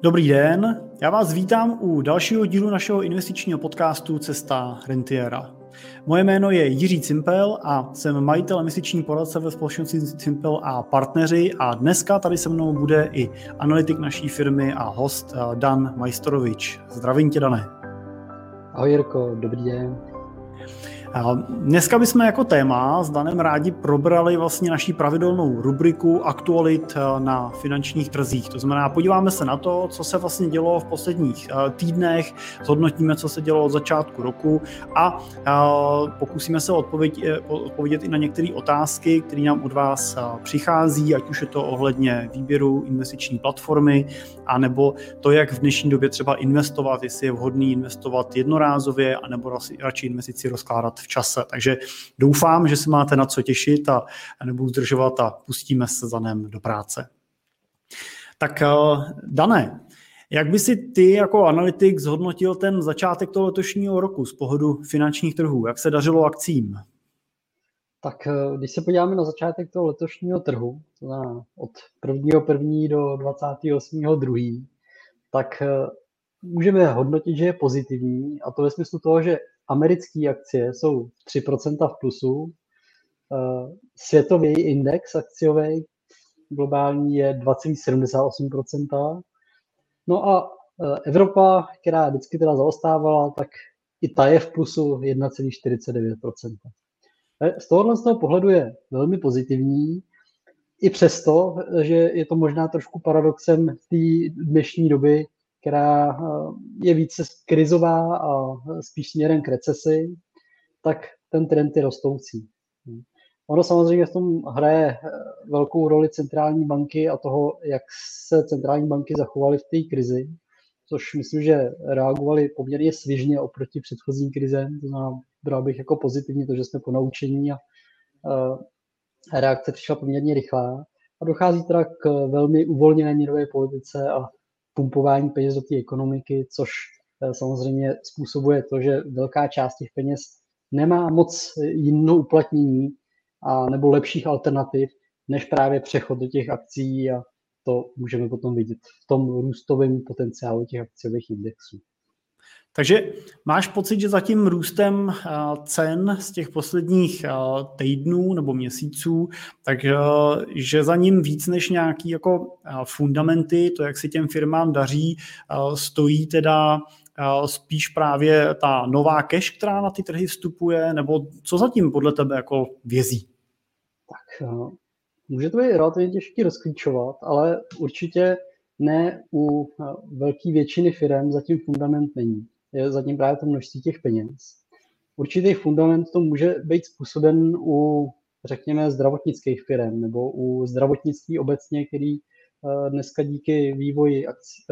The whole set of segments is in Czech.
Dobrý den, já vás vítám u dalšího dílu našeho investičního podcastu Cesta rentiera. Moje jméno je Jiří Cimpel a jsem majitel investiční poradce ve společnosti Cimpel a partneři a dneska tady se mnou bude i analytik naší firmy a host Dan Majstorovič. Zdravím tě, Dane. Ahoj Jirko, dobrý den. Dneska bychom jako téma s Danem rádi probrali vlastně naší pravidelnou rubriku aktualit na finančních trzích. To znamená, podíváme se na to, co se vlastně dělo v posledních týdnech, zhodnotíme, co se dělo od začátku roku a pokusíme se odpovědět i na některé otázky, které nám od vás přichází, ať už je to ohledně výběru investiční platformy, anebo to, jak v dnešní době třeba investovat, jestli je vhodný investovat jednorázově, anebo radši investici rozkládat v čase. Takže doufám, že se máte na co těšit a nebudu zdržovat a pustíme se za ním do práce. Tak Dane, jak by si ty jako analytik zhodnotil ten začátek toho letošního roku z pohledu finančních trhů? Jak se dařilo akciím? Tak když se podíváme na začátek toho letošního trhu, to znamená od 1.1. do 28.2., tak můžeme hodnotit, že je pozitivní, a to ve smyslu toho, že americké akcie jsou 3% v plusu, světový index akciový globální je 2,78%, no a Evropa, která vždycky teda zaostávala, tak i ta je v plusu 1,49%. Z tohoto pohledu je velmi pozitivní, i přesto, že je to možná trošku paradoxem té dnešní doby, která je více krizová a spíš směrem k recesi, tak ten trend je rostoucí. Ono samozřejmě v tom hraje velkou roli centrální banky a toho, jak se centrální banky zachovaly v té krizi, což myslím, že reagovali poměrně svižně oproti předchozím krizem. To znamená, bral bych jako pozitivní to, že jsme po naučení a reakce přišla poměrně rychlá. A dochází teda k velmi uvolněné měnové politice a pumpování peněz do té ekonomiky, což samozřejmě způsobuje to, že velká část těch peněz nemá moc jinou uplatnění a nebo lepších alternativ, než právě přechod do těch akcí, a to můžeme potom vidět v tom růstovém potenciálu těch akciových indexů. Takže máš pocit, že za tím růstem cen z těch posledních týdnů nebo měsíců, takže za ním víc než nějaký jako fundamenty, to, jak se těm firmám daří, stojí teda spíš právě ta nová cash, která na ty trhy vstupuje, nebo co zatím podle tebe jako vězí? Tak může to být relativně těžké rozklíčovat, ale určitě ne u velké většiny firm zatím fundament není. Je zatím právě to množství těch peněz. Určitý fundament to může být způsoben u, řekněme, zdravotnických firm nebo u zdravotnictví obecně, který dneska díky vývoji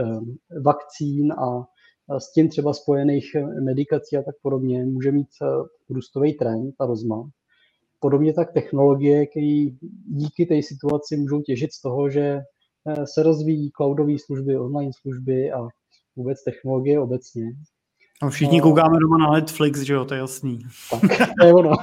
vakcín a s tím třeba spojených medikací a tak podobně může mít růstový trend a rozmach. Podobně tak technologie, které díky té situaci můžou těžit z toho, že se rozvíjí cloudové služby, online služby a vůbec technologie obecně. No, všichni koukáme doma na Netflix, že jo, to je jasný. Tak, to je ono.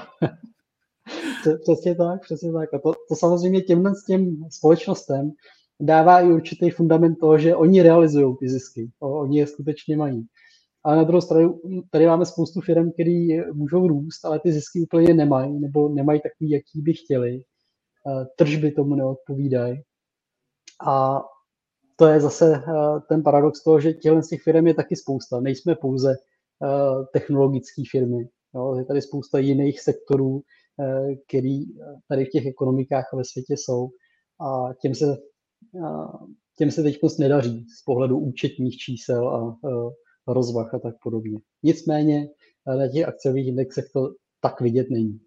Přesně tak. A to samozřejmě těm společnostem dává i určitý fundament toho, že oni realizují ty zisky. Oni je skutečně mají. Ale na druhou stranu tady máme spoustu firm, které můžou růst, ale ty zisky úplně nemají, nebo nemají takový, jaký by chtěli. Tržby tomu neodpovídají. A to je zase ten paradox toho, že z těch firm je taky spousta. Nejsme pouze technologické firmy. Jo? Je tady spousta jiných sektorů, který tady v těch ekonomikách a ve světě jsou. A těm se teď nedaří z pohledu účetních čísel a rozvah a tak podobně. Nicméně na těch akciových indexech to tak vidět není.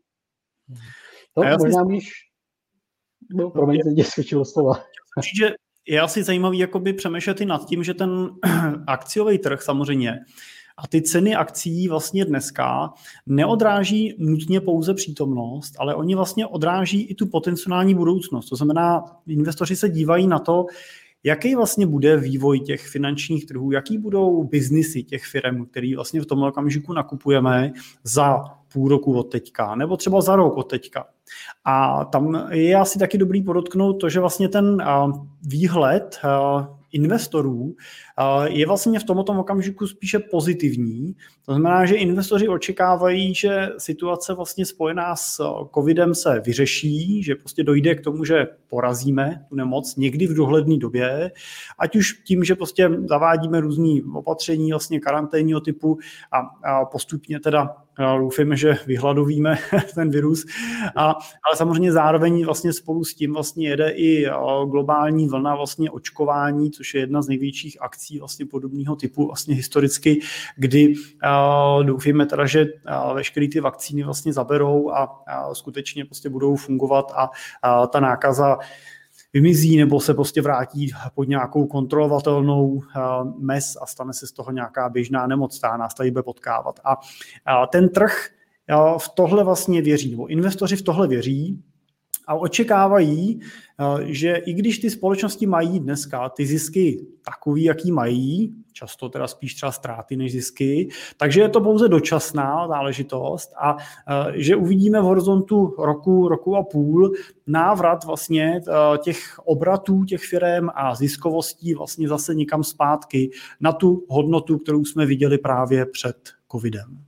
To možná můžeš... Promiň, mě skočilo slova. Určitě je asi zajímavý jakoby přemýšlet i nad tím, že ten akciový trh samozřejmě a ty ceny akcií vlastně dneska neodráží nutně pouze přítomnost, ale oni vlastně odráží i tu potenciální budoucnost. To znamená, investoři se dívají na to, jaký vlastně bude vývoj těch finančních trhů, jaký budou biznisy těch firm, který vlastně v tomhle okamžiku nakupujeme za půl roku od teďka, nebo třeba za rok od teďka. A tam je asi taky dobrý podotknout to, že vlastně ten výhled investorů je vlastně v tomto okamžiku spíše pozitivní. To znamená, že investoři očekávají, že situace vlastně spojená s covidem se vyřeší, že prostě dojde k tomu, že porazíme tu nemoc někdy v dohledné době, ať už tím, že prostě zavádíme různý opatření vlastně karanténního typu a postupně teda doufejme, že vyhladovíme ten virus, ale samozřejmě zároveň vlastně spolu s tím vlastně jede i globální vlna vlastně očkování, což je jedna z největších akcí vlastně podobného typu vlastně historicky, kdy doufejme teda, že veškeré ty vakcíny vlastně zaberou a skutečně prostě budou fungovat a ta nákaza vymizí nebo se prostě vrátí pod nějakou kontrolovatelnou mez a stane se z toho nějaká běžná nemoc, která nás tady bude potkávat. A ten trh v tohle vlastně věří, nebo investoři v tohle věří a očekávají, že i když ty společnosti mají dneska ty zisky takový, jaký mají, často teda spíš třeba ztráty než zisky, takže je to pouze dočasná záležitost a že uvidíme v horizontu roku a půl návrat vlastně těch obratů těch firem a ziskovostí vlastně zase někam zpátky na tu hodnotu, kterou jsme viděli právě před covidem.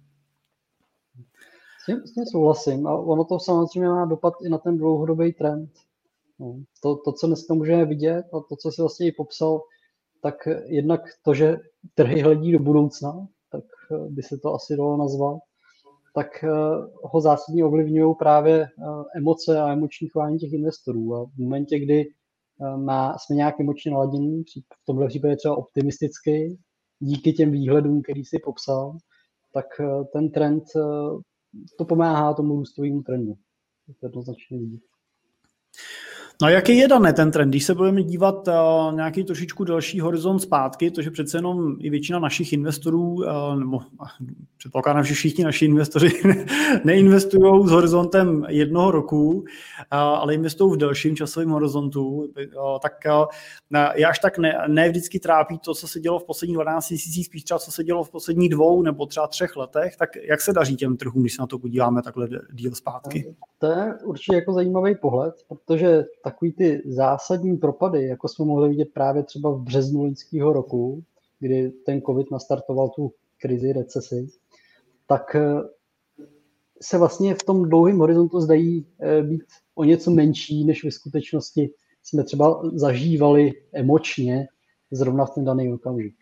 S tím souhlasím a ono to samozřejmě má dopad i na ten dlouhodobý trend. To, co dneska můžeme vidět a to, co si vlastně i popsal, tak jednak to, že trhy hledí do budoucna, tak by se to asi dalo nazvat, tak ho zásadně ovlivňují právě emoce a emoční chování těch investorů. A v momentě, kdy jsme nějak emočně naladění, v tomhle případě třeba optimisticky, díky těm výhledům, který si popsal, tak ten trend to pomáhá tomu růstovému trendu. To jednoznačně vidí. No a jaký je daný ten trend? Když se budeme dívat nějaký trošičku delší horizont zpátky, to, že přece jenom i většina našich investorů, nebo předpokládám, že všichni naši investoři neinvestují s horizontem 1 roku, ale investují v delším časovém horizontu, tak je až tak ne vždycky trápí to, co se dělo v posledních 12 měsících, spíš třeba co se dělo v posledních 2 nebo třeba 3 letech, tak jak se daří těm trhům, když se na to podíváme takhle díl zpátky? To je určitě jako zajímavý pohled, protože takový ty zásadní propady, jako jsme mohli vidět právě třeba v březnu loňského roku, kdy ten covid nastartoval tu krizi, recesi, tak se vlastně v tom dlouhém horizontu zdají být o něco menší, než ve skutečnosti jsme třeba zažívali emočně zrovna v ten daný okamžik.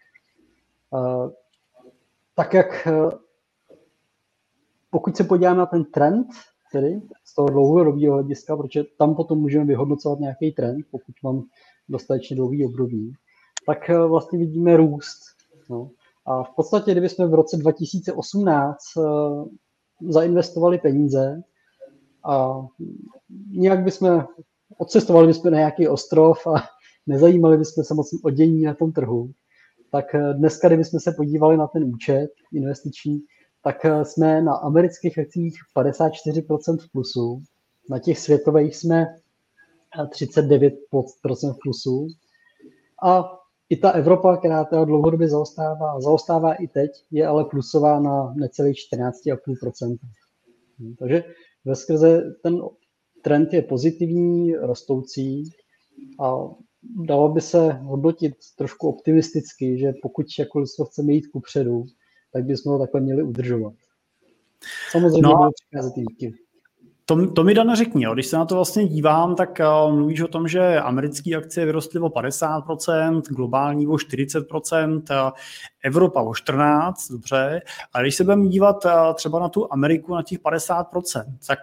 Tak jak pokud se podíváme na ten trend, tedy z toho dlouhodobého hlediska, protože tam potom můžeme vyhodnocovat nějaký trend, pokud mám dostatečně dlouhý období, tak vlastně vidíme růst. No. A v podstatě, kdybychom v roce 2018 zainvestovali peníze a nějak bychom odcestovali bychom na nějaký ostrov a nezajímali bychom se moc o dění na tom trhu, tak dneska, kdybychom se podívali na ten účet investiční, tak jsme na amerických akcích 54% v plusu, na těch světových jsme 39% v plusu a i ta Evropa, která teda dlouhodobě zaostává i teď, je ale plusová na necelých 14,5%. Takže veskrze ten trend je pozitivní, rostoucí a dalo by se hodnotit trošku optimisticky, že pokud jakkoliv chceme jít kupředu, tak bychom ho takhle měli udržovat. Samozřejmě budou přicházet i výkyvy. To mi Dane řekni, když se na to vlastně dívám, tak mluvíš o tom, že americké akcie vyrostly o 50%, globální o 40%, Evropa o 14%, dobře. A když se budeme dívat třeba na tu Ameriku na těch 50%, tak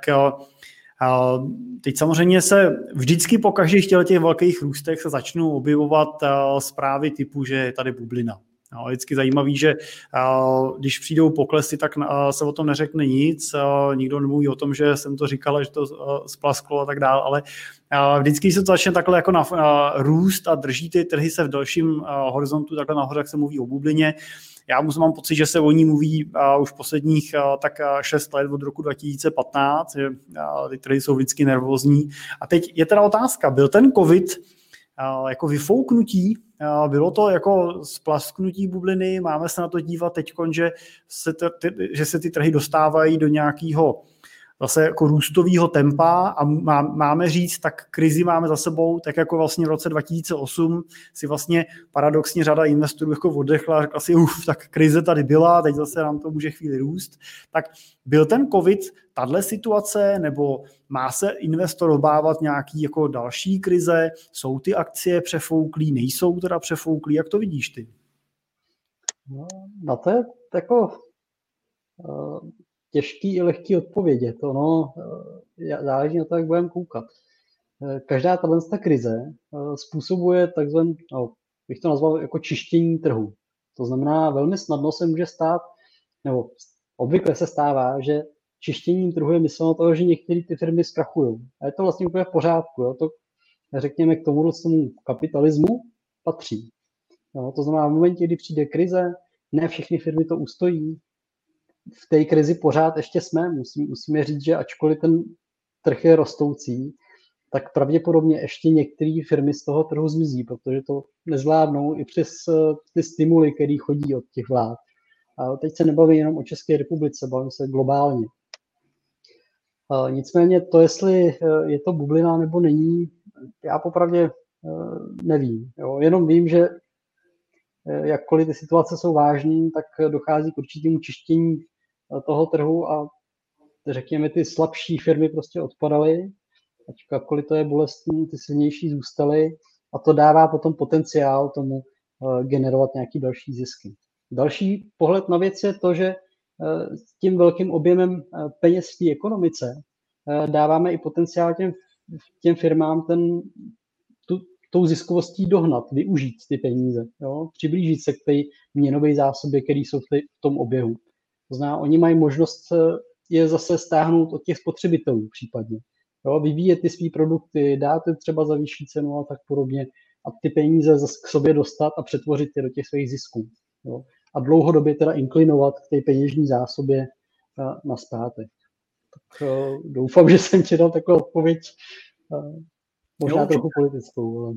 teď samozřejmě se vždycky po každých těch velkých růstech se začnou objevovat zprávy typu, že je tady bublina. No, vždycky zajímavý, že když přijdou poklesy, tak se o tom neřekne nic, nikdo nemluví o tom, že jsem to říkal, že to splasklo a tak dále, ale vždycky se to začne takhle jako růst a drží ty trhy se v dalším horizontu takhle nahoře, jak se mluví o bublině. Já mám pocit, že se o ní mluví už posledních tak 6 let od roku 2015, že ty trhy jsou vždycky nervózní. A teď je teda otázka, byl ten covid jako vyfouknutí, bylo to jako splasknutí bubliny, máme se na to dívat teď, že se ty trhy dostávají do nějakého zase jako růstového tempa a máme říct, tak krizi máme za sebou, tak jako vlastně v roce 2008 si vlastně paradoxně řada investorů jako oddechla a řekla si, tak krize tady byla, teď zase nám to může chvíli růst. Tak byl ten covid tahle situace, nebo má se investor obávat nějaký jako další krize? Jsou ty akcie přefouklý, nejsou teda přefouklý? Jak to vidíš ty? No, na to je jako těžký i lehký odpovědět. Ono záleží na to, jak budeme koukat. Každá tato krize způsobuje takzvaný, bych to nazval jako čištění trhu. To znamená, velmi snadno se může stát, nebo obvykle se stává, že čištěním trhu je mysleno toho, že některé ty firmy zkrachují. A je to vlastně úplně v pořádku. Jo? To, řekněme, k tomu kapitalismu patří. Jo? To znamená, v momentě, kdy přijde krize, ne všechny firmy to ustojí. V té krizi pořád ještě jsme. Musíme říct, že ačkoliv ten trh je rostoucí, tak pravděpodobně ještě některé firmy z toho trhu zmizí, protože to nezvládnou i přes ty stimuly, které chodí od těch vlád. A teď se nebavím jenom o České republice, bavím se globálně. Nicméně to, jestli je to bublina nebo není, já popravdě nevím. Jo. Jenom vím, že jakkoliv ty situace jsou vážné, tak dochází k určitému čištění toho trhu a řekněme, ty slabší firmy prostě odpadaly, jakkoliv to je bolestný, ty silnější zůstaly a to dává potom potenciál tomu generovat nějaký další zisky. Další pohled na věc je to, že s tím velkým objemem peněz v té ekonomice dáváme i potenciál těm firmám tou ziskovostí dohnat, využít ty peníze, jo? Přiblížit se k té měnové zásobě, které jsou v tom oběhu. To znamená, oni mají možnost je zase stáhnout od těch spotřebitelů případně. Jo? Vyvíjet ty své produkty, dát je třeba za vyšší cenu a tak podobně a ty peníze zase k sobě dostat a přetvořit je do těch svých zisků. Jo? A dlouhodobě teda inklinovat k té peněžní zásobě nazpátek. Tak doufám, že jsem ti dal takovou odpověď, možná trochu politickou.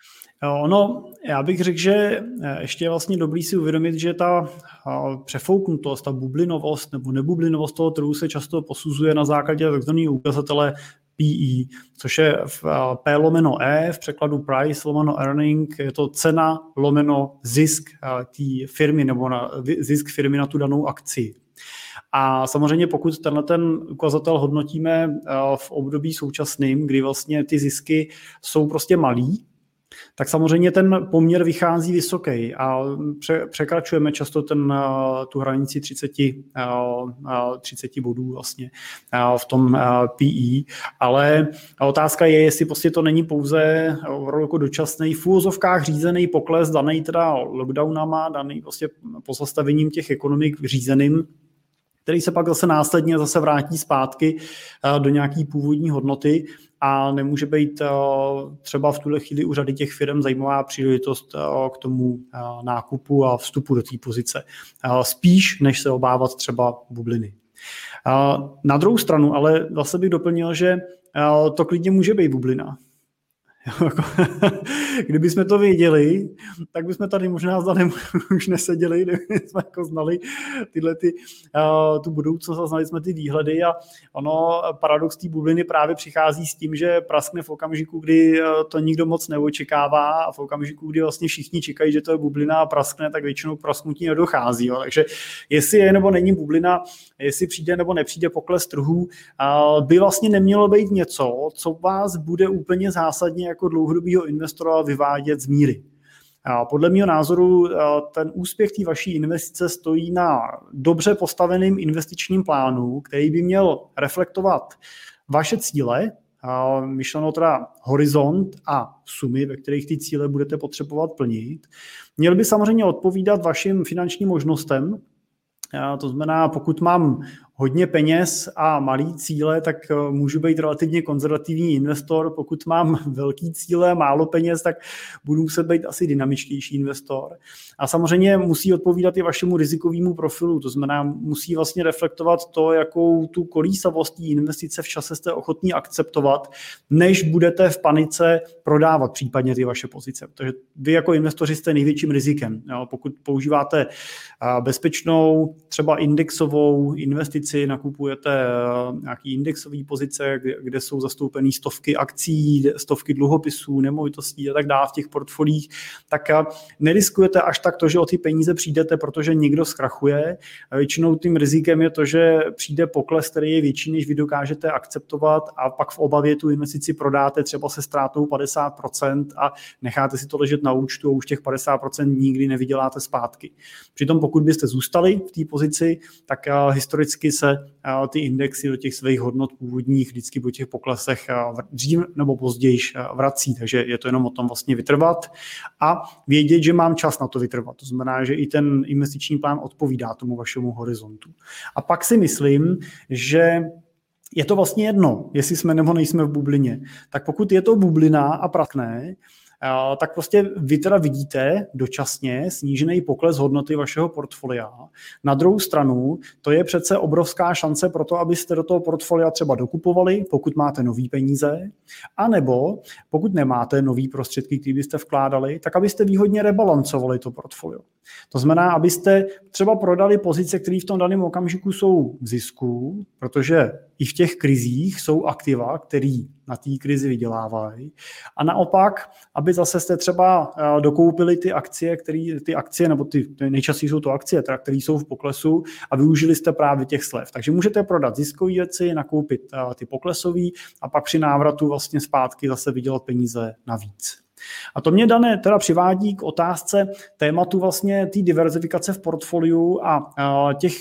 Já bych řekl, že ještě je vlastně dobrý si uvědomit, že ta přefouknutost, ta bublinovost nebo nebublinovost toho trhu se často posuzuje na základě takzvaného ukazatele PE, což je P lomeno E, v překladu price lomeno earning, je to cena lomeno zisk té firmy nebo zisk firmy na tu danou akci. A samozřejmě pokud ten ukazatel hodnotíme v období současným, kdy vlastně ty zisky jsou prostě malý, tak samozřejmě ten poměr vychází vysoký a překračujeme často tu hranici 30 bodů vlastně v tom PE, ale otázka je, jestli prostě to není pouze jako dočasný v úvozovkách řízený pokles, daný teda lockdownama, daný prostě pozastavením těch ekonomik řízeným, který se pak zase následně vrátí zpátky do nějaký původní hodnoty a nemůže být třeba v tuhle chvíli u řady těch firm zajímavá příležitost k tomu nákupu a vstupu do té pozice. Spíš, než se obávat třeba bubliny. Na druhou stranu, ale zase bych doplnil, že to klidně může být bublina. Kdyby jsme to věděli, tak bychom tady možná s Danem už neseděli, kdyby jsme jako znali tu budoucnost a znali jsme ty výhledy a ono paradox té bubliny právě přichází s tím, že praskne v okamžiku, kdy to nikdo moc neočekává a v okamžiku, kdy vlastně všichni čekají, že to je bublina a praskne, tak většinou prasknutí nedochází. Jo. Takže jestli je nebo není bublina, jestli přijde nebo nepřijde pokles trhů, by vlastně nemělo být něco, co vás bude úplně zásadně jako dlouhodobého investora vyvádět z míry. Podle mého názoru ten úspěch té vaší investice stojí na dobře postaveném investičním plánu, který by měl reflektovat vaše cíle, myšleno teda horizont a sumy, ve kterých ty cíle budete potřebovat plnit. Měl by samozřejmě odpovídat vašim finančním možnostem. To znamená, pokud mám hodně peněz a malý cíle, tak můžu být relativně konzervativní investor. Pokud mám velký cíle a málo peněz, tak budu muset být asi dynamičtější investor. A samozřejmě musí odpovídat i vašemu rizikovému profilu. To znamená, musí vlastně reflektovat to, jakou tu kolísavost té investice v čase jste ochotní akceptovat, než budete v panice prodávat případně ty vaše pozice. Protože vy jako investoři jste největším rizikem. Pokud používáte bezpečnou, třeba indexovou investici, pozici, nakupujete nějaký indexové pozice, kde jsou zastoupené stovky akcí, stovky dluhopisů, nemovitostí a tak dále v těch portfoliích, tak neriskujete až tak to, že o ty peníze přijdete, protože někdo zkrachuje. Většinou tím rizikem je to, že přijde pokles, který je větší, než vy dokážete akceptovat a pak v obavě tu investici prodáte třeba se ztrátou 50% a necháte si to ležet na účtu a už těch 50% nikdy nevyděláte zpátky. Přitom pokud byste zůstali v té pozici, tak historicky se ty indexy do těch svých hodnot původních vždycky po těch poklesech dřív nebo později vrací, takže je to jenom o tom vlastně vytrvat a vědět, že mám čas na to vytrvat. To znamená, že i ten investiční plán odpovídá tomu vašemu horizontu. A pak si myslím, že je to vlastně jedno, jestli jsme nebo nejsme v bublině. Tak pokud je to bublina a praskne, tak prostě vy teda vidíte dočasně snížený pokles hodnoty vašeho portfolia. Na druhou stranu, to je přece obrovská šance pro to, abyste do toho portfolia třeba dokupovali, pokud máte nový peníze, anebo pokud nemáte nový prostředky, které byste vkládali, tak abyste výhodně rebalancovali to portfolio. To znamená, abyste třeba prodali pozice, které v tom daném okamžiku jsou v zisku, protože i v těch krizích jsou aktiva, které na té krizi vydělávají. A naopak, aby zase jste třeba dokoupili ty akcie, nebo ty nejčastěji jsou to akcie, které jsou v poklesu a využili jste právě těch slev. Takže můžete prodat ziskové věci, nakoupit ty poklesové a pak při návratu vlastně zpátky zase vydělat peníze navíc. A to mě, Dané, teda přivádí k otázce tématu vlastně té diverzifikace v portfoliu a těch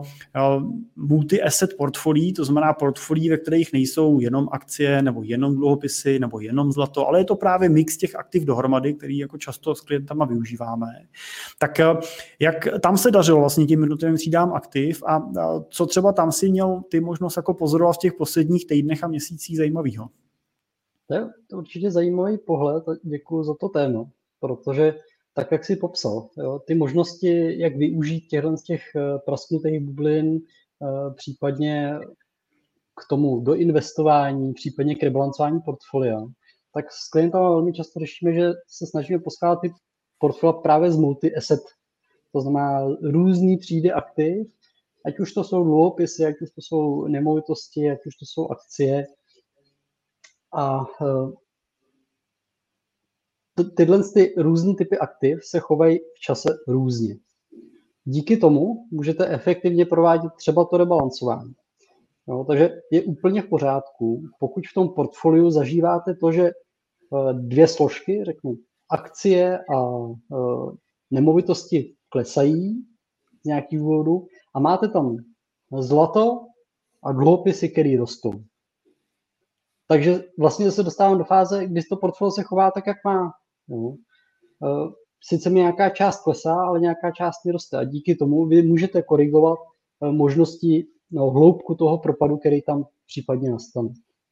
multi-asset portfolií, to znamená portfolií, ve kterých nejsou jenom akcie nebo jenom dluhopisy nebo jenom zlato, ale je to právě mix těch aktiv dohromady, který jako často s klientama využíváme. Tak jak tam se dařilo vlastně těm jednotlivým třídám aktiv a co třeba tam si měl ty možnost jako pozorovat v těch posledních týdnech a měsících zajímavého? To je určitě zajímavý pohled, děkuji za to téma, protože tak, jak jsi popsal, jo, ty možnosti, jak využít těch prasknutých bublin, případně k tomu doinvestování, případně k rebalancování portfolia, tak s klientama velmi často řešíme, že se snažíme poskládat ty portfolia právě z multi-asset, to znamená různý třídy aktiv, ať už to jsou dluhopisy, ať už to jsou nemovitosti, ať už to jsou akcie. A tyhle různé typy aktiv se chovají v čase různě. Díky tomu můžete efektivně provádět třeba to rebalancování. No, takže je úplně v pořádku, pokud v tom portfoliu zažíváte to, že dvě složky, řeknu, akcie a nemovitosti klesají z nějakých důvodů a máte tam zlato a dluhopisy, které rostou. Takže vlastně se dostávám do fáze, kdy to portfolio se chová tak, jak má. Jo. Sice mi nějaká část klesá, ale nějaká část mi roste. A díky tomu vy můžete korigovat možnosti, hloubku toho propadu, který tam případně nastane.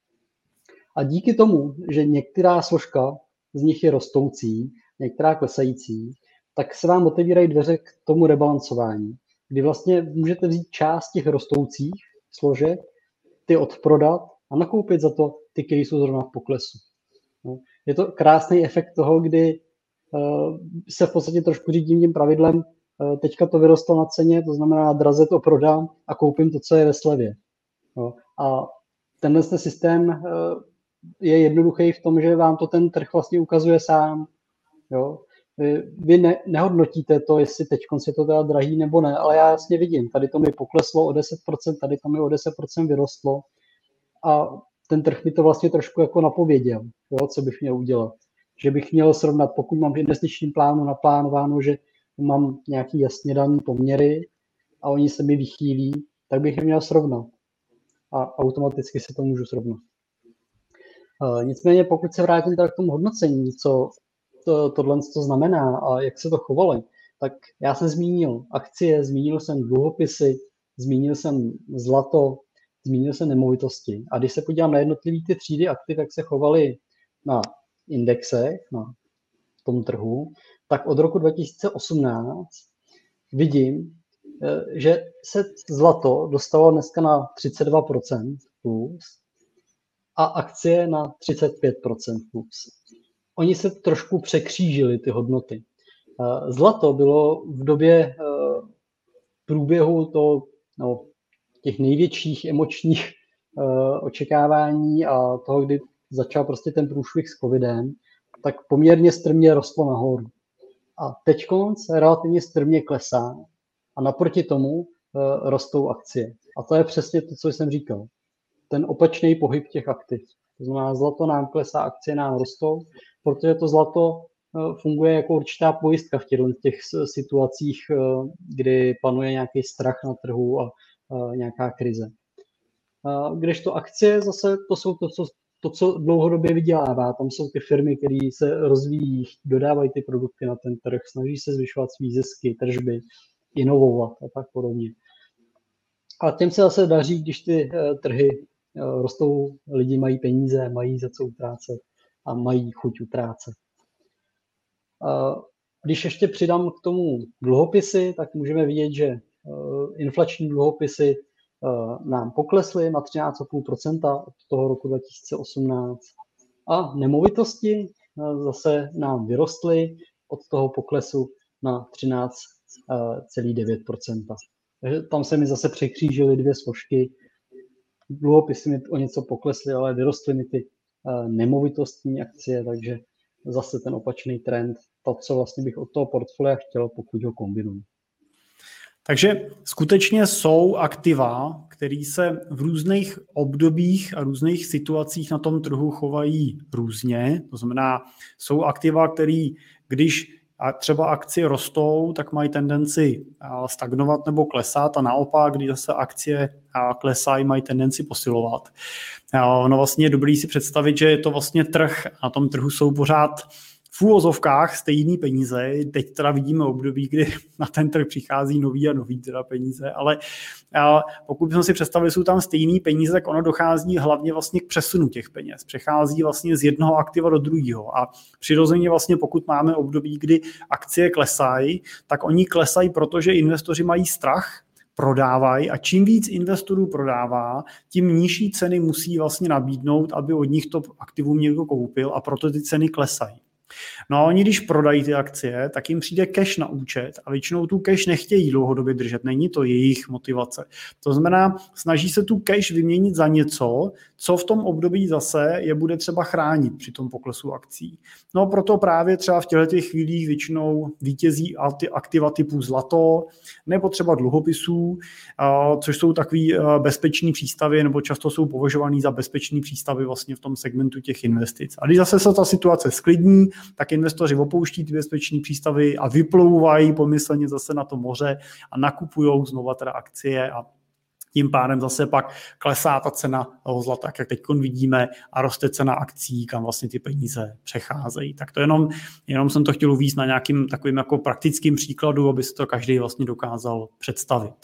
A díky tomu, že některá složka z nich je rostoucí, některá klesající, tak se vám otevírají dveře k tomu rebalancování, kdy vlastně můžete vzít část těch rostoucích složek, ty odprodat a nakoupit za to ty, které jsou zrovna v poklesu. No. Je to krásný efekt toho, kdy se v podstatě trošku řídím tím pravidlem, teďka to vyrostlo na ceně, to znamená draze to prodám a koupím to, co je ve slevě. No. A tenhle systém je jednoduchý v tom, že vám to ten trh vlastně ukazuje sám. Jo. Vy nehodnotíte to, jestli teď je to teda drahý nebo ne, ale já jasně vidím, tady to mi pokleslo o 10%, tady to mi o 10% vyrostlo a ten trh mi to vlastně trošku jako napověděl, jo, co bych měl udělat. Že bych měl srovnat, pokud mám v investičním plánu naplánováno, že mám nějaký jasně daný poměry a oni se mi vychýlí, tak bych je měl srovnat. A automaticky si to můžu srovnat. Nicméně, pokud se vrátím k tomu hodnocení, co tohle znamená a jak se to chovalo, tak já jsem zmínil akcie, zmínil jsem dluhopisy, zmínil jsem zlato, zmínil jsem nemovitosti. A když se podívám na jednotlivé ty třídy aktiv, jak se chovaly na indexech, na tom trhu, tak od roku 2018 vidím, že se zlato dostalo dneska na 32% plus a akcie na 35% plus. Oni se trošku překřížili, ty hodnoty. Zlato bylo v době průběhu těch největších emočních očekávání a toho, kdy začal prostě ten průšvih s covidem, tak poměrně strmě rostlo nahoru. A teď se relativně strmě klesá a naproti tomu rostou akcie. A to je přesně to, co jsem říkal. Ten opačný pohyb těch aktiv. To znamená, zlato nám klesá, akcie nám rostou, protože to zlato funguje jako určitá pojistka v těch situacích, kdy panuje nějaký strach na trhu a nějaká krize. Kdežto akcie zase to jsou to, co dlouhodobě vydělává. Tam jsou ty firmy, které se rozvíjí, dodávají ty produkty na ten trh, snaží se zvyšovat svý zisky, tržby, inovovat a tak podobně. A těm se zase daří, když ty trhy rostou, lidi mají peníze, mají za co utrácet a mají chuť utrácet. Když ještě přidám k tomu dluhopisy, tak můžeme vidět, že inflační dluhopisy nám poklesly na 13,5% od toho roku 2018 a nemovitosti zase nám vyrostly od toho poklesu na 13,9%. Takže tam se mi zase překřížily dvě složky. Dluhopisy mi o něco poklesly, ale vyrostly mi ty nemovitostní akcie, takže zase ten opačný trend, to, co vlastně bych od toho portfolia chtěl, pokud ho kombinuji. Takže skutečně jsou aktiva, které se v různých obdobích a různých situacích na tom trhu chovají různě. To znamená, jsou aktiva, které, když třeba akcie rostou, tak mají tendenci stagnovat nebo klesat a naopak, když zase akcie klesají, mají tendenci posilovat. No vlastně je dobré si představit, že je to vlastně trh. Na tom trhu jsou pořád v úvozovkách stejný peníze. Teď teda vidíme období, kdy na ten trh přichází nový a nový teda peníze, ale pokud bychom si představili, jsou tam stejný peníze, tak ono dochází hlavně vlastně k přesunu těch peněz. Přechází vlastně z jednoho aktiva do druhého a přirozeně vlastně pokud máme období, kdy akcie klesají, tak oni klesají, protože investoři mají strach, prodávají a čím víc investorů prodává, tím nižší ceny musí vlastně nabídnout, aby od nich to aktivum někdo koupil a proto ty ceny klesají. No a oni, když prodají ty akcie, tak jim přijde cash na účet a většinou tu cash nechtějí dlouhodobě držet, není to jejich motivace. To znamená, snaží se tu cash vyměnit za něco, co v tom období zase je bude třeba chránit při tom poklesu akcí. No proto právě třeba v těchto chvílích většinou vítězí aktiva typu zlato nebo třeba dluhopisů, což jsou takový bezpečný přístavy nebo často jsou považovaný za bezpečný přístavy vlastně v tom segmentu těch investic. A když zase se ta situace sklidní, tak investoři opouští ty bezpečné přístavy a vyplouvají pomyslně zase na to moře a nakupují znova teda akcie a tím pádem zase pak klesá ta cena toho zlata, jak teď vidíme, a roste cena akcí, kam vlastně ty peníze přecházejí. Tak to jenom jsem to chtěl uvést na nějakým takovým jako praktickým příkladu, aby si to každý vlastně dokázal představit.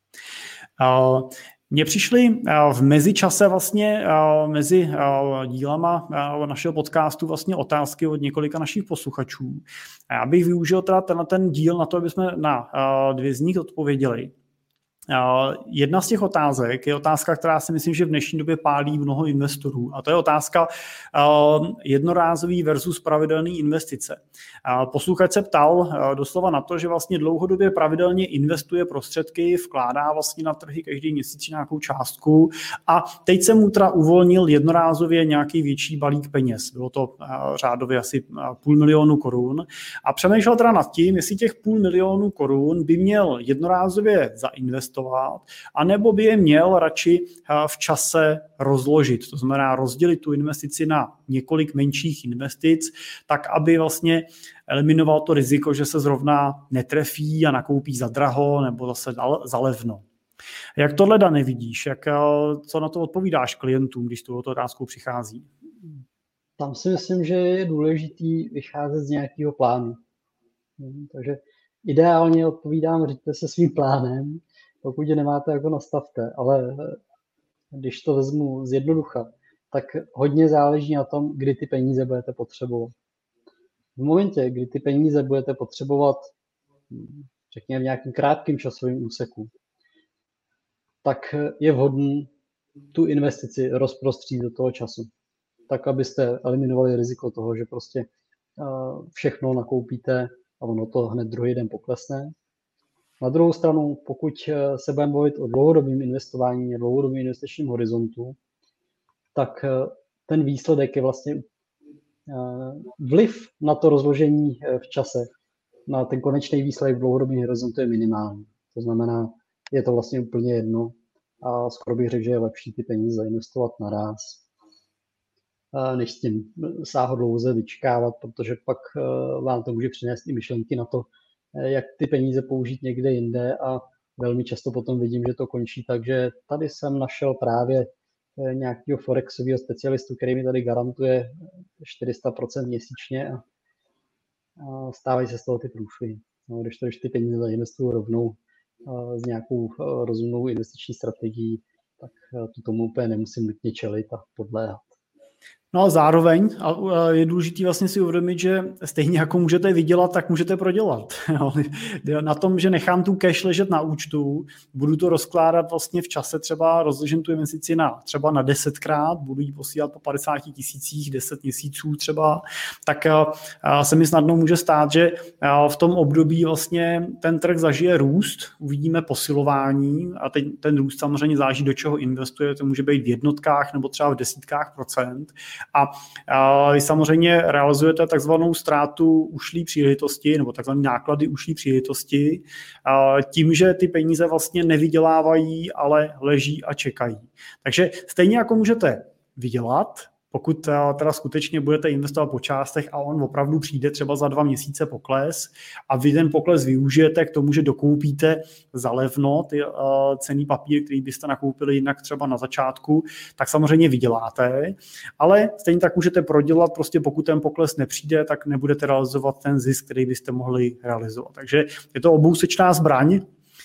Mně přišly v mezičase vlastně mezi dílama našeho podcastu vlastně otázky od několika našich posluchačů. A já bych využil teda ten díl na to, aby jsme na dvě z nich odpověděli. Jedna z těch otázek je otázka, která si myslím, že v dnešní době pálí mnoho investorů. A to je otázka jednorázový versus pravidelný investice. Posluchač se ptal doslova na to, že vlastně dlouhodobě pravidelně investuje prostředky, vkládá vlastně na trhy každý měsíc nějakou částku a teď se mu teda uvolnil jednorázově nějaký větší balík peněz. Bylo to řádově asi 500 000 korun. A přemýšlel teda nad tím, jestli těch 500 000 korun by měl jednorázově zainvestovat, anebo by je měl radši v čase rozložit. To znamená rozdělit tu investici na několik menších investic, tak aby vlastně eliminoval to riziko, že se zrovna netrefí a nakoupí za draho nebo zase za levno. Jak tohle, Dane, vidíš? Co na to odpovídáš klientům, když s touto otázkou přichází? Tam si myslím, že je důležitý vycházet z nějakého plánu. Takže ideálně odpovídám, řiďte se svým plánem, pokud je nemáte, jako nastavte, ale když to vezmu z jednoducha, tak hodně záleží na tom, kdy ty peníze budete potřebovat. V momentě, kdy ty peníze budete potřebovat, řekněme v nějakým krátkým časovým úseku, tak je vhodný tu investici rozprostřít do toho času. Tak, abyste eliminovali riziko toho, že prostě všechno nakoupíte a ono to hned druhý den poklesne. Na druhou stranu, pokud se budeme bavit o dlouhodobém investování, dlouhodobém investičním horizontu, tak ten výsledek je vlastně vliv na to rozložení v čase, na ten konečný výsledek v dlouhodobém horizontu je minimální. To znamená, je to vlastně úplně jedno a skoro bych řekl, že je lepší ty peníze investovat naráz, než s tím sáhodlouze vyčkávat, protože pak vám to může přinést i myšlenky na to, jak ty peníze použít někde jinde a velmi často potom vidím, že to končí tak, že tady jsem našel právě nějakého forexového specialistu, který mi tady garantuje 400% měsíčně a stávají se z toho ty průšvihy. No, když ty peníze zainvestuju rovnou s nějakou rozumnou investiční strategií, tak tomu úplně nemusím nutně čelit a podléhat. No a zároveň je důležité vlastně si uvědomit, že stejně jako můžete vydělat, tak můžete prodělat. Na tom, že nechám tu cash ležet na účtu, budu to rozkládat vlastně v čase, třeba rozložím tu investici třeba na 10krát, budu ji posílat po 50 000, 10 měsíců třeba, tak se mi snadno může stát, že v tom období vlastně ten trh zažije růst, uvidíme posilování a ten růst samozřejmě záleží, do čeho investuje, to může být v jednotkách nebo třeba v desítkách procent. A vy samozřejmě realizujete takzvanou ztrátu ušlý příležitosti nebo takzvané náklady ušlý příležitosti tím, že ty peníze vlastně nevydělávají, ale leží a čekají. Takže stejně jako můžete vydělat, pokud teda skutečně budete investovat po částech a on opravdu přijde třeba za 2 měsíce pokles a vy ten pokles využijete k tomu, že dokoupíte za levno ty cenný papír, který byste nakoupili jinak třeba na začátku, tak samozřejmě vyděláte, ale stejně tak můžete prodělat, prostě pokud ten pokles nepřijde, tak nebudete realizovat ten zisk, který byste mohli realizovat. Takže je to obousečná zbraň.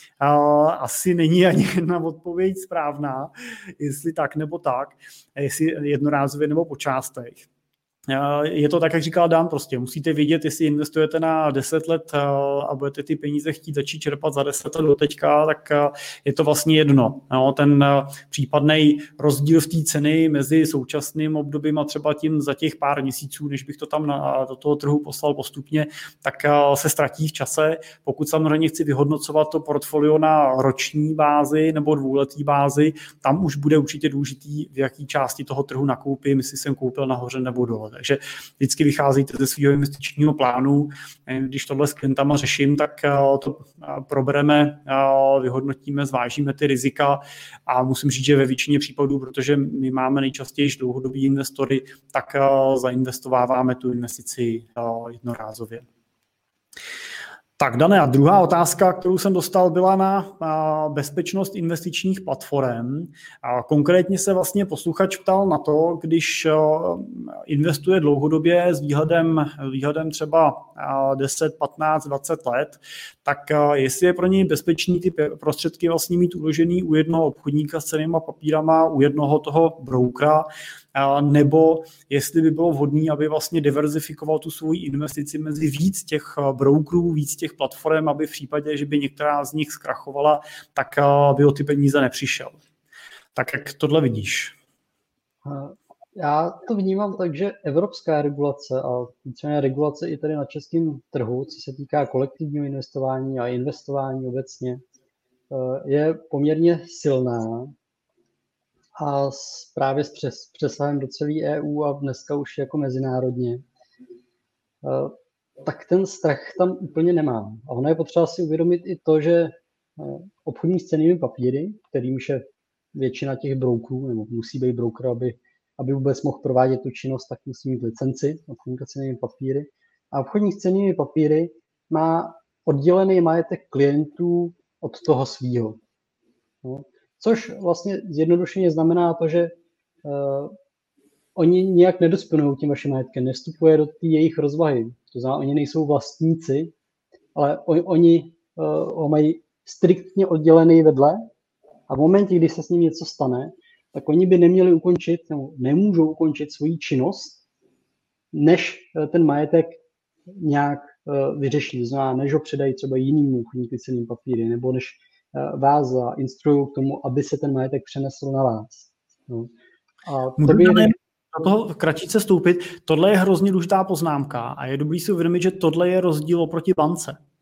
Asi není ani jedna odpověď správná, jestli tak nebo tak, jestli jednorázově nebo po částech. Je to tak, jak říkal Dan, prostě musíte vědět, jestli investujete na 10 let a budete ty peníze chtít začít čerpat za 10 let do teďka, tak je to vlastně jedno. No, ten případný rozdíl v té ceny mezi současným obdobím a třeba tím za těch pár měsíců, než bych to tam do toho trhu poslal postupně, tak se ztratí v čase. Pokud samozřejmě chci vyhodnocovat to portfolio na roční bázi nebo dvouletý bázi, tam už bude určitě důležitý, v jaký části toho trhu nakoupím, jestli jsem koupil nahoře nebo dole. Takže vždycky vycházíte ze svého investičního plánu. Když tohle s klientama řeším, tak to probereme, vyhodnotíme, zvážíme ty rizika a musím říct, že ve většině případů, protože my máme nejčastěji dlouhodobí investory, tak zainvestováváme tu investici jednorázově. Tak, Dané, a druhá otázka, kterou jsem dostal, byla na bezpečnost investičních platform. Konkrétně se vlastně posluchač ptal na to, když investuje dlouhodobě s výhledem třeba 10, 15, 20 let, tak jestli je pro něj bezpečný ty prostředky vlastně mít uložený u jednoho obchodníka s cennýma papírama, u jednoho toho brokera, nebo jestli by bylo vhodné, aby vlastně diverzifikoval tu svou investici mezi víc těch brokerů, víc těch platform, aby v případě, že by některá z nich zkrachovala, tak by o ty peníze nepřišel. Tak jak tohle vidíš? Já to vnímám tak, že evropská regulace a víceméně regulace i tady na českém trhu, co se týká kolektivního investování a investování obecně, je poměrně silná a právě s přesahem do celé EU a dneska už jako mezinárodně, tak ten strach tam úplně nemám. A ono je potřeba si uvědomit i to, že obchodní s cennými papíry, kterýmž je většina těch brokerů, nebo musí být broker, aby vůbec mohl provádět tu činnost, tak musí mít licenci obchodní s cennými papíry. A obchodní s cennými papíry má oddělený majetek klientů od toho svýho. No. Což vlastně zjednodušeně znamená to, že oni nijak nedisponují tím vaším majetkem, nevstupuje do té jejich rozvahy. To znamená, oni nejsou vlastníci, ale oni ho mají striktně oddělený vedle a v momentě, kdy se s ním něco stane, tak oni by neměli ukončit, nebo nemůžou ukončit svoji činnost, než ten majetek nějak vyřeší. To znamená, než ho předají třeba jinému obchodníku s cennými papíry, nebo než vás instruují k tomu, aby se ten majetek přenesl na vás. No. A to by... Do toho kratičce vstoupit, tohle je hrozně důležitá poznámka a je dobrý si uvědomit, že tohle je rozdíl oproti bance.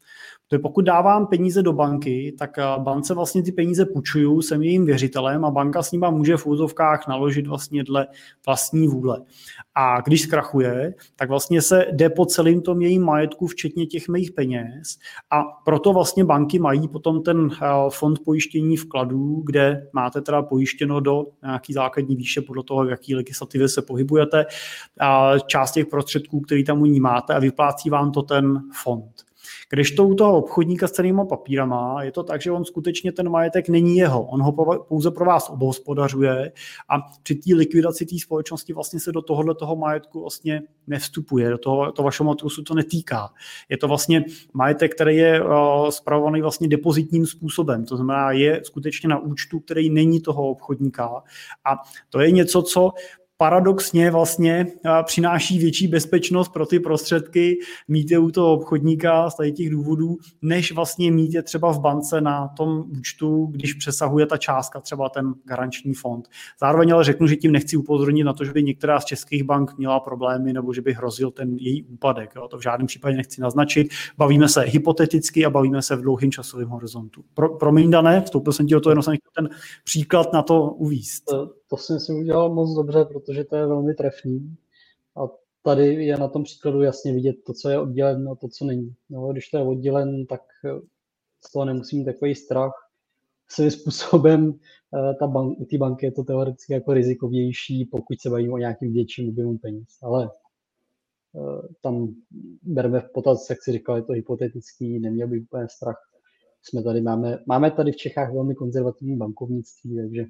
To je, pokud dávám peníze do banky, tak bance vlastně ty peníze půjčuju, jsem jejím věřitelem a banka s nima může v úzovkách naložit vlastně dle vlastní vůle. A když zkrachuje, tak vlastně se jde po celém tom jejím majetku, včetně těch mých peněz. A proto vlastně banky mají potom ten fond pojištění vkladů, kde máte teda pojištěno do nějaký základní výše podle toho, v jaký legislativě se pohybujete, část těch prostředků, který tam u ní máte a vyplácí vám to ten fond. Kdežto u toho obchodníka s cennými papírama je to tak, že on skutečně ten majetek není jeho. On ho pouze pro vás obhospodařuje a při té likvidaci té společnosti vlastně se do toho majetku vlastně nevstupuje. Do toho vašeho majetku se to netýká. Je to vlastně majetek, který je spravovaný vlastně depozitním způsobem. To znamená, je skutečně na účtu, který není toho obchodníka. A to je něco, co paradoxně vlastně přináší větší bezpečnost pro ty prostředky mít je u toho obchodníka z těch důvodů, než vlastně mít je třeba v bance na tom účtu, když přesahuje ta částka, třeba ten garanční fond. Zároveň ale řeknu, že tím nechci upozornit na to, že by některá z českých bank měla problémy nebo že by hrozil ten její úpadek. Jo. To v žádném případě nechci naznačit. Bavíme se hypoteticky a bavíme se v dlouhém časovém horizontu. Promiň, Dané, vstoupil jsem ti do toho, jenom jsem chtěl ten příklad na to uvést. To jsem si udělal moc dobře, protože to je velmi trefný. A tady je na tom příkladu jasně vidět to, co je oddělen a to, co není. No, když to je oddělen, tak z toho nemusí mít takový strach. Svým způsobem ty banky je to teoreticky jako rizikovější, pokud se bavíme o nějakým větším objemu peněz. Ale tam bereme v potaz, jak si říkal, je to hypotetický, neměl by úplně strach. Máme tady v Čechách velmi konzervativní bankovnictví, takže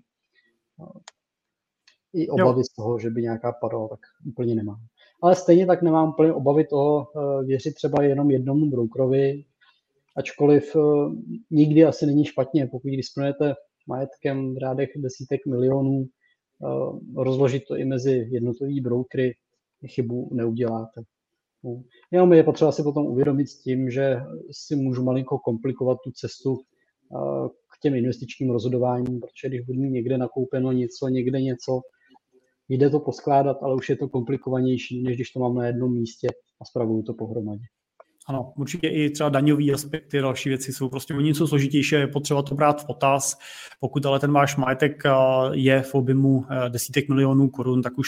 i obavy z toho, že by nějaká padala, tak úplně nemám. Ale stejně tak nemám úplně obavy toho věřit třeba jenom jednomu brokerovi, ačkoliv nikdy asi není špatně, pokud disponujete majetkem v řádech desítek milionů, rozložit to i mezi jednotlivý brokery, chybu neuděláte. Jenom je potřeba si potom uvědomit s tím, že si můžu malinko komplikovat tu cestu k těm investičním rozhodováním, protože když budu mít někde nakoupeno něco, někde něco, jde to poskládat, ale už je to komplikovanější, než když to mám na jednom místě a spravuju to pohromadě. Ano, určitě i třeba daňový aspekty, další věci jsou prostě o něco složitější, je potřeba to brát v potaz. Pokud ale ten váš majetek je v objemu desítek milionů korun, tak už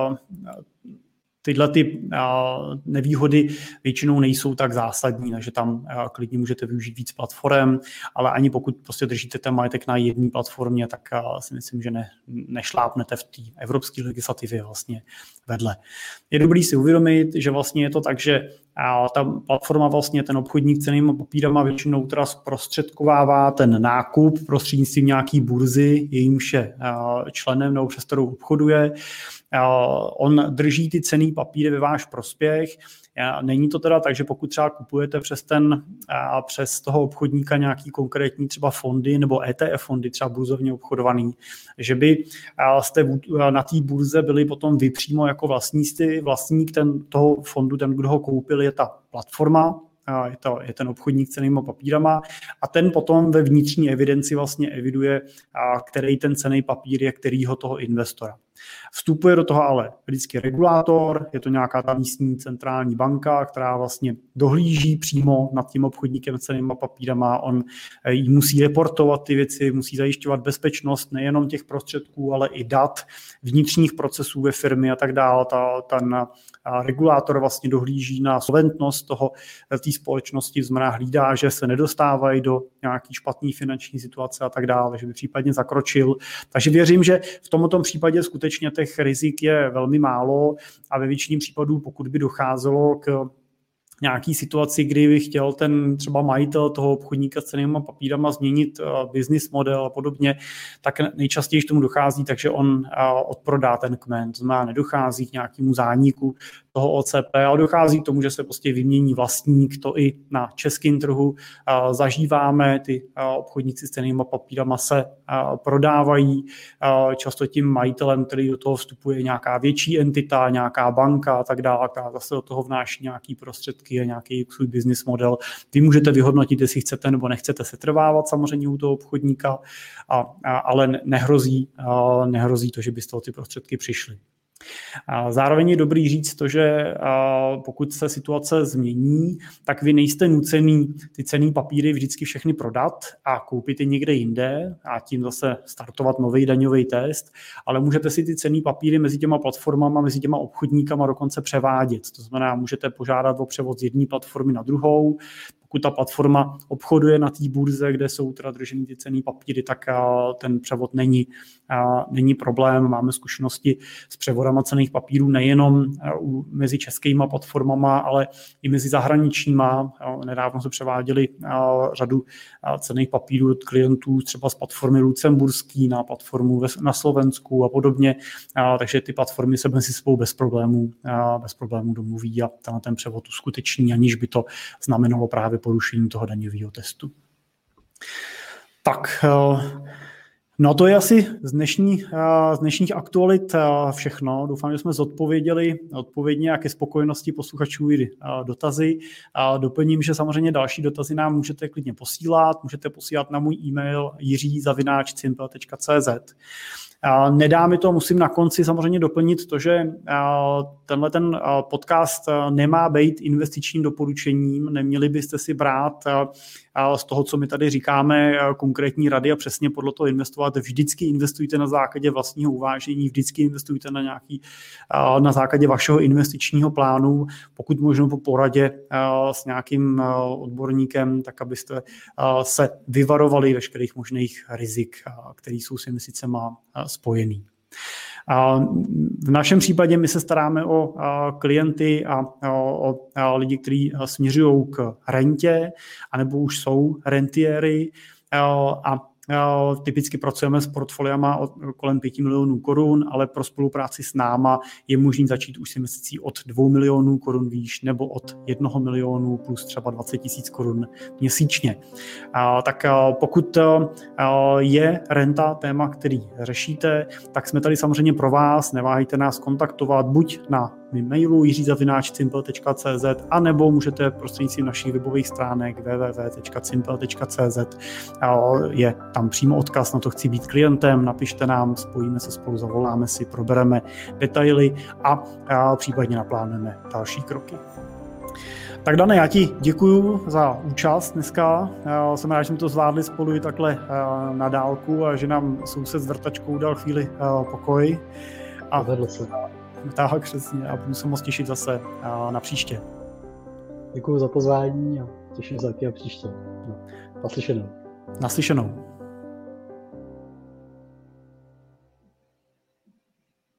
tyhle ty nevýhody většinou nejsou tak zásadní, takže tam klidně můžete využít víc platform, ale ani pokud prostě držíte ten majetek na jedné platformě, tak si myslím, že nešlápnete v té evropské legislativě vlastně vedle. Je dobrý si uvědomit, že vlastně je to tak, že ta platforma vlastně ten obchodník cennými papírama většinou teda zprostředkovává ten nákup prostřednictvím nějaký burzy, jejímž je členem nebo přes kterou obchoduje. On drží ty cenný papíry ve váš prospěch. Není to teda tak, že pokud třeba kupujete přes toho obchodníka nějaký konkrétní třeba fondy nebo ETF fondy, třeba burzovně obchodovaný, že by jste na té burze byli potom vy přímo jako vlastník toho fondu, ten, kdo ho koupil, je ta platforma, je ten obchodník cennými papírama a ten potom ve vnitřní evidenci vlastně eviduje, který ten cenný papír je kterýho toho investora. Vstupuje do toho ale vždycky regulátor, je to nějaká ta místní centrální banka, která vlastně dohlíží přímo nad tím obchodníkem s cennými papírama. On jí musí reportovat ty věci, musí zajišťovat bezpečnost nejenom těch prostředků, ale i dat, vnitřních procesů ve firmě a tak dále. Ten regulátor vlastně dohlíží na solventnost té společnosti, znamená hlídá, že se nedostávají do nějaký špatný finanční situace a tak dále, že by případně zakročil. Takže věřím, že v tomto případě skutečně těch rizik je velmi málo a ve většině případů, pokud by docházelo k nějaký situaci, kdy by chtěl ten třeba majitel toho obchodníka s cennými papírama změnit business model a podobně, tak nejčastěji k tomu dochází, takže on odprodá ten kmen. To znamená, nedochází k nějakému zániku toho OCP, ale dochází k tomu, že se prostě vymění vlastník. To i na českém trhu zažíváme, ty obchodníci s cennými papírama se prodávají. Často tím majitelem, který do toho vstupuje, nějaká větší entita, nějaká banka a tak dále, která zase do toho vnáší nějaký prostředky a nějaký svůj business model. Vy můžete vyhodnotit, jestli chcete nebo nechcete se trvávat samozřejmě u toho obchodníka, ale nehrozí to, že byste o ty prostředky přišli. Zároveň je dobrý říct to, že pokud se situace změní, tak vy nejste nucený ty cenné papíry vždycky všechny prodat a koupit je někde jinde a tím zase startovat nový daňový test, ale můžete si ty cenné papíry mezi těma platformama, mezi těma obchodníkama dokonce převádět. To znamená, můžete požádat o převod z jedné platformy na druhou. Pokud ta platforma obchoduje na té burze, kde jsou teda drženy ty cenné papíry, tak ten převod není problém. Máme zkušenosti s převodama cenných papírů nejenom mezi českýma platformama, ale i mezi zahraničníma. Nedávno se převáděli řadu cenných papírů od klientů třeba z platformy lucemburský na platformu na Slovensku a podobně. Takže ty platformy se mezi sebou bez problémů domluví a ten převod uskuteční, aniž by to znamenalo právě porušení toho daňového testu. Tak, no to je asi z dnešních aktualit všechno. Doufám, že jsme zodpověděli odpovědně a ke spokojenosti posluchačů i dotazy. Doplním, že samozřejmě další dotazy nám můžete klidně posílat. Můžete posílat na můj e-mail jiří@simple.cz. Nedá mi to, musím na konci samozřejmě doplnit to, že tenhle ten podcast nemá být investičním doporučením, neměli byste si brát z toho, co my tady říkáme, konkrétní rady a přesně podle toho investovat. Vždycky investujte na základě vlastního uvážení, vždycky investujte na základě vašeho investičního plánu, pokud možno po poradě s nějakým odborníkem, tak abyste se vyvarovali veškerých možných rizik, které jsou s investicema spojený. V našem případě my se staráme o klienty a o lidi, kteří směřují k rentě, anebo už jsou rentiéry a typicky pracujeme s portfoliama kolem 5 milionů korun, ale pro spolupráci s náma je možné začít už s investicí od 2 milionů korun výš nebo od 1 milionu plus třeba 20 000 korun měsíčně. Tak pokud je renta téma, který řešíte, tak jsme tady samozřejmě pro vás, neváhejte nás kontaktovat buď na mailu jiří@simple.cz a nebo můžete prostřednictvím našich webových stránek www.simple.cz. Je tam přímo odkaz na to, chci být klientem, napište nám, spojíme se spolu, zavoláme si, probereme detaily a případně naplánujeme další kroky. Tak Dane, já ti děkuju za účast dneska. Jsem rád, že jsme to zvládli spolu i takhle na dálku a že nám soused s vrtačkou dal chvíli pokoj. Povedlo se. Tak, přesně. A budu se moc těšit zase na příště. Děkuju za pozvání a těším se taky na příště. Naslyšenou. Naslyšenou.